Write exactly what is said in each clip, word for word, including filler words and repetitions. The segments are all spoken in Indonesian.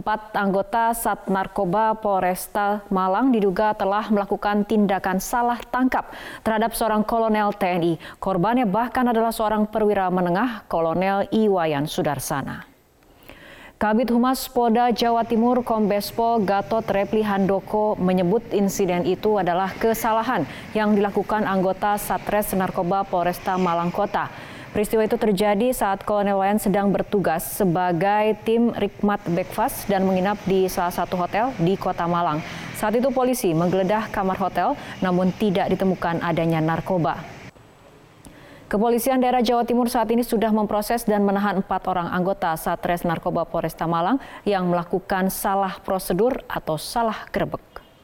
Empat anggota Sat Narkoba Polresta Malang diduga telah melakukan tindakan salah tangkap terhadap seorang kolonel T N I. Korbannya bahkan adalah seorang perwira menengah, Kolonel Iwayan Sudarsana. Kabid Humas Polda Jawa Timur Kombes Pol Gatot Repli Handoko menyebut insiden itu adalah kesalahan yang dilakukan anggota Satres Narkoba Polresta Malang Kota. Peristiwa itu terjadi saat Kolonel Wayan sedang bertugas sebagai tim Rikmat Breakfast dan menginap di salah satu hotel di Kota Malang. Saat itu polisi menggeledah kamar hotel namun tidak ditemukan adanya narkoba. Kepolisian daerah Jawa Timur saat ini sudah memproses dan menahan empat orang anggota Satres Narkoba Polresta Malang yang melakukan salah prosedur atau salah gerbek.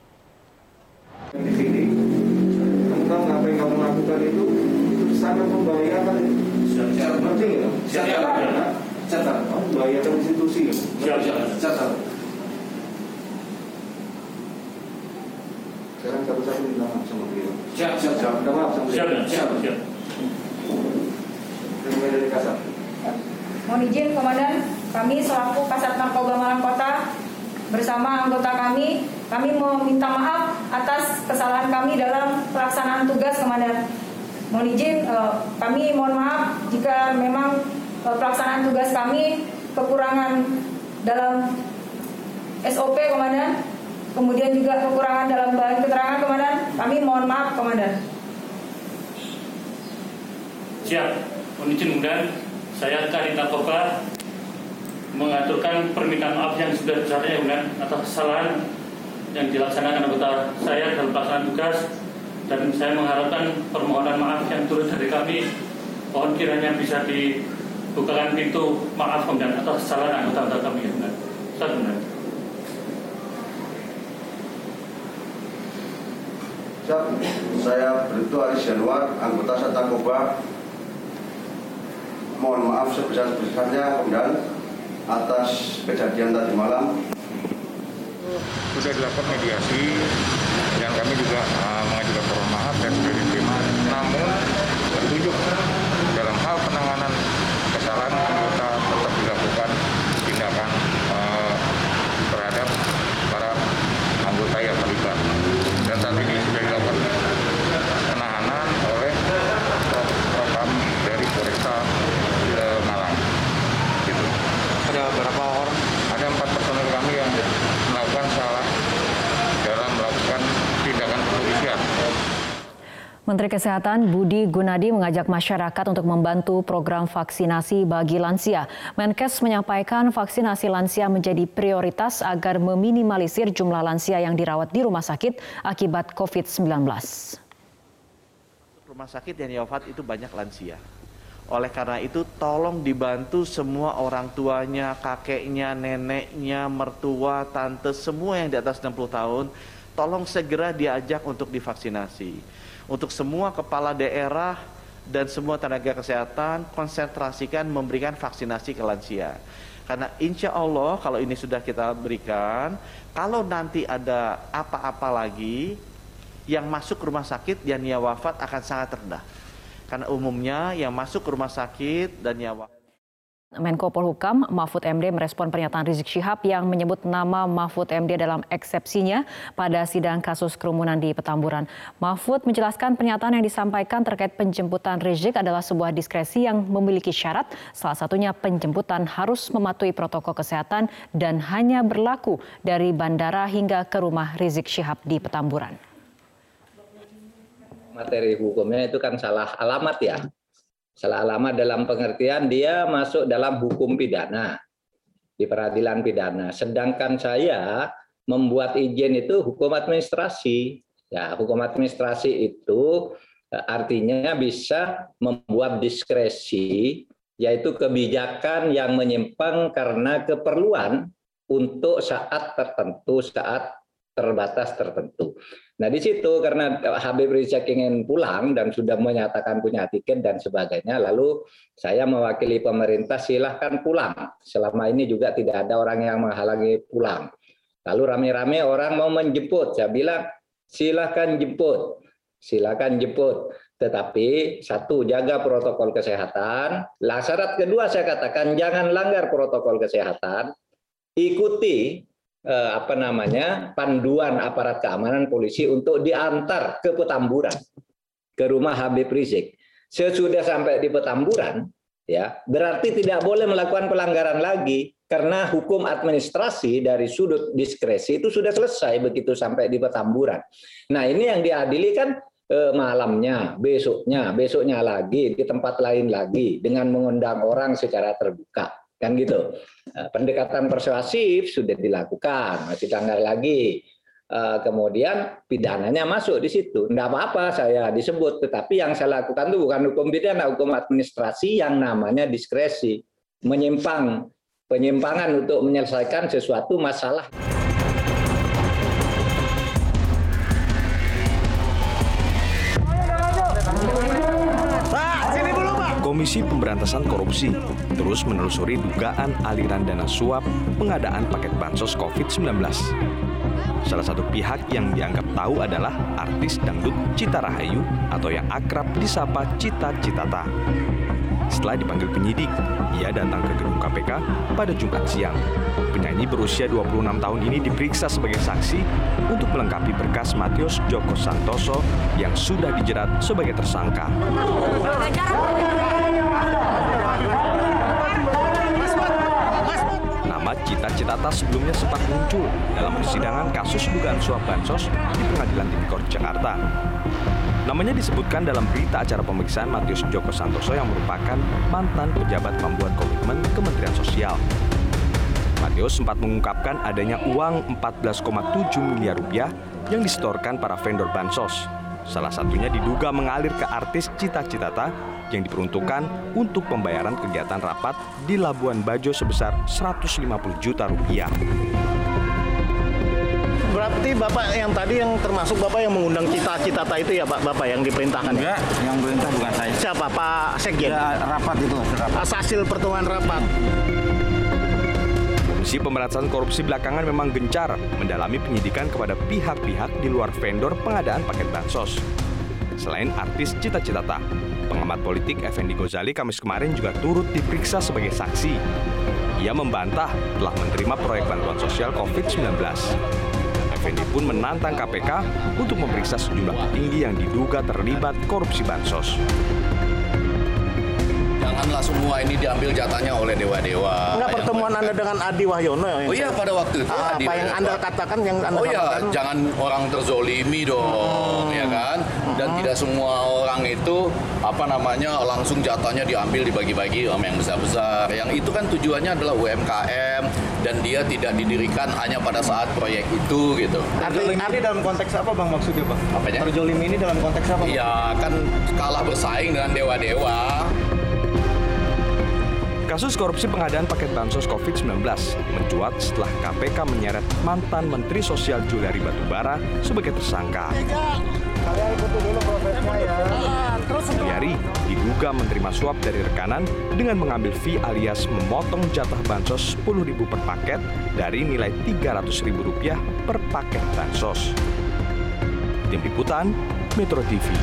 Di sini, tentang apa yang kamu lakukan itu, itu sangat membahayakan. Siap, penting ya. Siap, siap. Kamu membahayakan institusi. Siap, siap, siap. Sekarang satu-satu minta maaf sama beliau. Siap, siap, siap. Minta maaf sama beliau. Siap, siap, siap. Mulai dari Kasat. Mohon izin Komandan, kami selaku Kasat Narkoba Malang Kota bersama anggota kami, kami meminta maaf atas kesalahan kami dalam pelaksanaan tugas, Komandan. Mohon izin, eh, kami mohon maaf jika memang eh, pelaksanaan tugas kami kekurangan dalam S O P, Komandan. Kemudian juga kekurangan dalam bahan keterangan, Komandan. Kami mohon maaf, Komandan. Siap, mohon izin kemudian saya Kadit Narkoba mengaturkan permintaan maaf yang sudah besarnya kemudian atas kesalahan yang dilaksanakan anggota saya dalam pelaksanaan tugas, dan saya mengharapkan permohonan maaf yang turun dari kami. Mohon kiranya bisa dibukakan pintu maaf kemudian atas kesalahan anggota-anggota kami kemudian. Ustaz kemudian. Siap, saya Bribtu Aris Januar, anggota Sat Narkoba. Mohon maaf sebesar-besarnya kemudian atas kejadian tadi malam. Sudah dilakukan mediasi dan kami juga uh, mengajukan permohonan maaf dan sudah diterima. Namun petunjuk dalam hal penanganan kesalahan anggota tetap dilakukan tindakan uh, terhadap para anggota yang terlibat. Dan saat ini sudah dilakukan penahanan oleh propam dari Polresta Malang. Gitu. Ada berapa orang? Ada empat personel kami yang melakukan salah dalam melakukan tindakan kepolisian. Menteri Kesehatan Budi Gunadi mengajak masyarakat untuk membantu program vaksinasi bagi lansia. Menkes menyampaikan vaksinasi lansia menjadi prioritas agar meminimalisir jumlah lansia yang dirawat di rumah sakit akibat covid sembilan belas. Rumah sakit yang wafat itu banyak lansia. Oleh karena itu tolong dibantu semua orang tuanya, kakeknya, neneknya, mertua, tante, semua yang di atas enam puluh tahun, tolong segera diajak untuk divaksinasi. Untuk semua kepala daerah dan semua tenaga kesehatan, konsentrasikan memberikan vaksinasi ke lansia. Karena insya Allah kalau ini sudah kita berikan, kalau nanti ada apa-apa lagi yang masuk rumah sakit dan yang wafat akan sangat rendah. Karena umumnya yang masuk ke rumah sakit dan nyawa. Menko Polhukam Mahfud M D merespon pernyataan Rizik Syihab yang menyebut nama Mahfud M D dalam eksepsinya pada sidang kasus kerumunan di Petamburan. Mahfud menjelaskan pernyataan yang disampaikan terkait penjemputan Rizik adalah sebuah diskresi yang memiliki syarat. Salah satunya penjemputan harus mematuhi protokol kesehatan dan hanya berlaku dari bandara hingga ke rumah Rizik Syihab di Petamburan. Materi hukumnya itu kan salah alamat ya. Salah alamat dalam pengertian dia masuk dalam hukum pidana, di peradilan pidana. Sedangkan saya membuat izin itu hukum administrasi. Ya, hukum administrasi itu artinya bisa membuat diskresi, yaitu kebijakan yang menyimpang karena keperluan untuk saat tertentu, saat terbatas tertentu. Nah di situ karena Habib Rizik ingin pulang dan sudah menyatakan punya tiket dan sebagainya, lalu saya mewakili pemerintah silahkan pulang. Selama ini juga tidak ada orang yang menghalangi pulang. Lalu rame-rame orang mau menjemput, saya bilang silahkan jemput, silahkan jemput. Tetapi satu, jaga protokol kesehatan. Lah syarat kedua saya katakan jangan langgar protokol kesehatan. ikuti eh, apa namanya panduan aparat keamanan polisi untuk diantar ke Petamburan, ke rumah Habib Rizik. Sesudah sampai di Petamburan, ya berarti tidak boleh melakukan pelanggaran lagi karena hukum administrasi dari sudut diskresi itu sudah selesai begitu sampai di Petamburan. Nah ini yang diadili kan eh, malamnya, besoknya, besoknya lagi di tempat lain lagi dengan mengundang orang secara terbuka. Kan gitu. Pendekatan persuasif sudah dilakukan, masih langgar lagi. Kemudian pidananya masuk di situ. Tidak apa-apa saya disebut, tetapi yang saya lakukan itu bukan hukum pidana, hukum administrasi yang namanya diskresi, menyimpang, penyimpangan untuk menyelesaikan sesuatu masalah. Komisi Pemberantasan Korupsi terus menelusuri dugaan aliran dana suap pengadaan paket bansos covid sembilan belas. Salah satu pihak yang dianggap tahu adalah artis dangdut Cita Rahayu atau yang akrab disapa Cita Citata. Setelah dipanggil penyidik, ia datang ke gedung K P K pada Jumat siang. Penyanyi berusia dua puluh enam tahun ini diperiksa sebagai saksi untuk melengkapi berkas Matius Djoko Santoso yang sudah dijerat sebagai tersangka. Nama Cita Citata sebelumnya sempat muncul dalam persidangan kasus dugaan suap bansos di Pengadilan Tipikor Jakarta. Namanya disebutkan dalam berita acara pemeriksaan Matius Djoko Santoso yang merupakan mantan pejabat pembuat komitmen Kementerian Sosial. Matius sempat mengungkapkan adanya uang empat belas koma tujuh miliar rupiah yang disetorkan para vendor bansos. Salah satunya diduga mengalir ke artis Cita Citata yang diperuntukkan untuk pembayaran kegiatan rapat di Labuan Bajo sebesar seratus lima puluh juta rupiah. Berarti Bapak yang tadi yang termasuk Bapak yang mengundang Cita Citata itu ya Pak, Bapak yang diperintahkan? Enggak, yang perintah bukan saya. Siapa? Pak Sekjen? Ya, rapat itu. Rapat. Hasil pertemuan rapat. Komisi Pemberantasan Korupsi belakangan memang gencar mendalami penyidikan kepada pihak-pihak di luar vendor pengadaan paket bansos. Selain artis Cita Citata, pengamat politik Effendi Ghazali Kamis kemarin juga turut diperiksa sebagai saksi. Ia membantah telah menerima proyek bantuan sosial covid sembilan belas. Effendi pun menantang K P K untuk memeriksa sejumlah petinggi yang diduga terlibat korupsi bansos. Janganlah semua ini diambil jatahnya oleh dewa-dewa. Enggak pertemuan Anda dengan Adi Wahyono? Oh iya pada waktu itu. Ah, Adi apa yang Anda katakan yang Anda Oh iya, katakan? jangan orang terzolimi dong, hmm. ya kan? Dan hmm. tidak semua orang itu apa namanya langsung jatahnya diambil dibagi-bagi sama yang besar-besar. Yang itu kan tujuannya adalah U M K M dan dia tidak didirikan hanya pada saat proyek itu gitu. Terzolimi ini dalam konteks apa Bang maksudnya Bang? Apanya? Terzolimi ini dalam konteks apa? Iya kan kalah bersaing dengan dewa-dewa. Kasus korupsi pengadaan paket bansos covid sembilan belas mencuat setelah K P K menyeret mantan Menteri Sosial Juliari Batubara sebagai tersangka. Juliari diduga menerima suap dari rekanan dengan mengambil fee alias memotong jatah bansos sepuluh ribu per paket dari nilai tiga ratus ribu rupiah per paket bansos. Tim Liputan, Metro T V.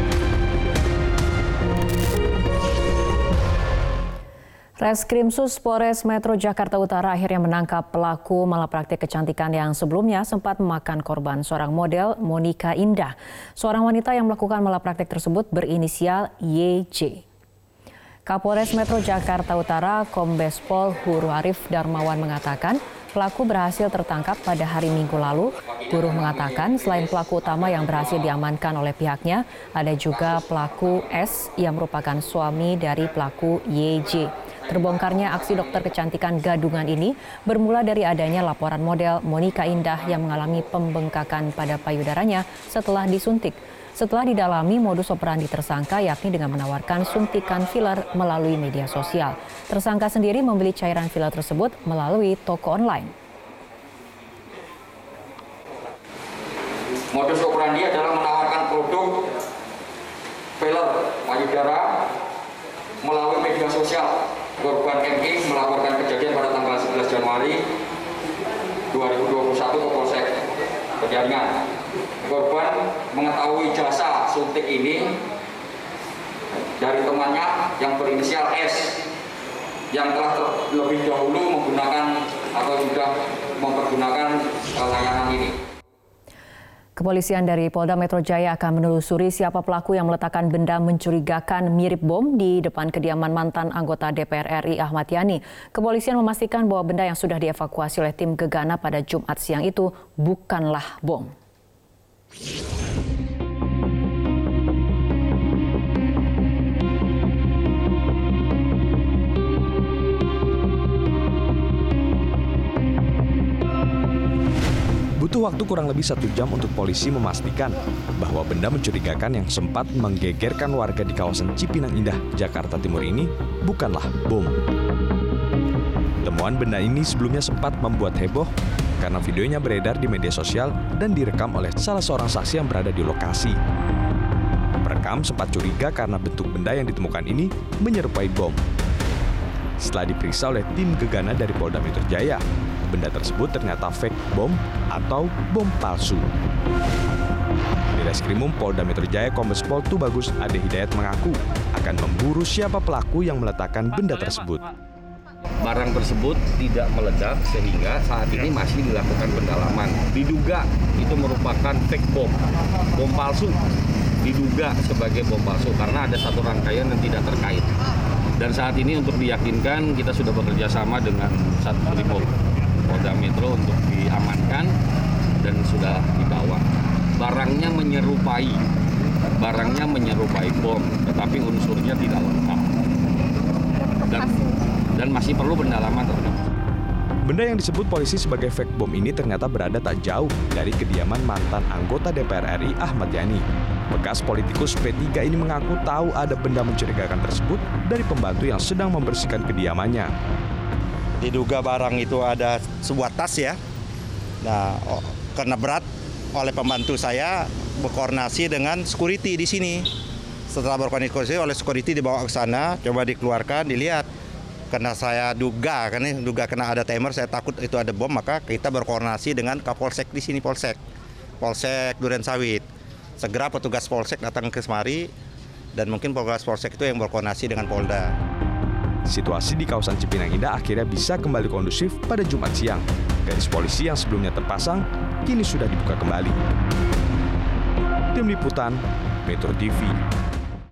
Reskrimsus Polres Metro Jakarta Utara akhirnya menangkap pelaku malapraktik kecantikan yang sebelumnya sempat memakan korban seorang model Monica Indah. Seorang wanita yang melakukan malapraktik tersebut berinisial Y J. Kapolres Metro Jakarta Utara Kombes Pol Huru Arif Darmawan mengatakan pelaku berhasil tertangkap pada hari Minggu lalu. Buruh mengatakan selain pelaku utama yang berhasil diamankan oleh pihaknya, ada juga pelaku S yang merupakan suami dari pelaku Y J. Terbongkarnya aksi dokter kecantikan gadungan ini bermula dari adanya laporan model Monica Indah yang mengalami pembengkakan pada payudaranya setelah disuntik. Setelah didalami modus operandi tersangka yakni dengan menawarkan suntikan filler melalui media sosial. Tersangka sendiri membeli cairan filler tersebut melalui toko online. Modus operandi adalah menawarkan produk filler payudara melalui media sosial. Korban M I melaporkan kejadian pada tanggal sebelas Januari dua ribu dua puluh satu ke Polsek Penjaringan. Korban mengetahui jasa suntik ini dari temannya yang berinisial S yang telah lebih dahulu menggunakan atau sudah mempergunakan layanan ini. Kepolisian dari Polda Metro Jaya akan menelusuri siapa pelaku yang meletakkan benda mencurigakan mirip bom di depan kediaman mantan anggota D P R R I Ahmad Yani. Kepolisian memastikan bahwa benda yang sudah dievakuasi oleh tim Gegana pada Jumat siang itu bukanlah bom. Butuh waktu kurang lebih satu jam untuk polisi memastikan bahwa benda mencurigakan yang sempat menggegerkan warga di kawasan Cipinang Indah, Jakarta Timur ini bukanlah bom. Temuan benda ini sebelumnya sempat membuat heboh karena videonya beredar di media sosial dan direkam oleh salah seorang saksi yang berada di lokasi. Perekam sempat curiga karena bentuk benda yang ditemukan ini menyerupai bom. Setelah diperiksa oleh tim Gegana dari Polda Metro Jaya, benda tersebut ternyata fake bom atau bom palsu. Di Reskrimum Polda Metro Jaya, Kombes Pol Tubagus Ade Hidayat mengaku akan memburu siapa pelaku yang meletakkan benda tersebut. Barang tersebut tidak meledak sehingga saat ini masih dilakukan pendalaman. Diduga itu merupakan fake bom, bom palsu. Diduga sebagai bom palsu karena ada satu rangkaian yang tidak terkait. Dan saat ini untuk diyakinkan kita sudah bekerja sama dengan Satrimob Polda Metro untuk diamankan dan sudah dibawa. Barangnya menyerupai, barangnya menyerupai bom, tetapi unsurnya tidak lengkap. Dan, dan masih perlu pendalaman terhadap. Benda yang disebut polisi sebagai fake bom ini ternyata berada tak jauh dari kediaman mantan anggota D P R R I Ahmad Yani. Bekas politikus P tiga ini mengaku tahu ada benda mencurigakan tersebut dari pembantu yang sedang membersihkan kediamannya. Diduga barang itu ada sebuah tas ya. Nah, karena berat oleh pembantu saya berkoordinasi dengan security di sini. Setelah berkoordinasi oleh security dibawa ke sana, coba dikeluarkan, dilihat. Karena saya duga, karena duga kena ada timer, saya takut itu ada bom, maka kita berkoordinasi dengan Kapolsek di sini, Polsek, Polsek Durensawit. Segera petugas Polsek datang ke semari, dan mungkin petugas Polsek itu yang berkoordinasi dengan Polda. Situasi di kawasan Cipinang Indah akhirnya bisa kembali kondusif pada Jumat siang. Garis polisi yang sebelumnya terpasang, kini sudah dibuka kembali. Tim Liputan, Metro T V.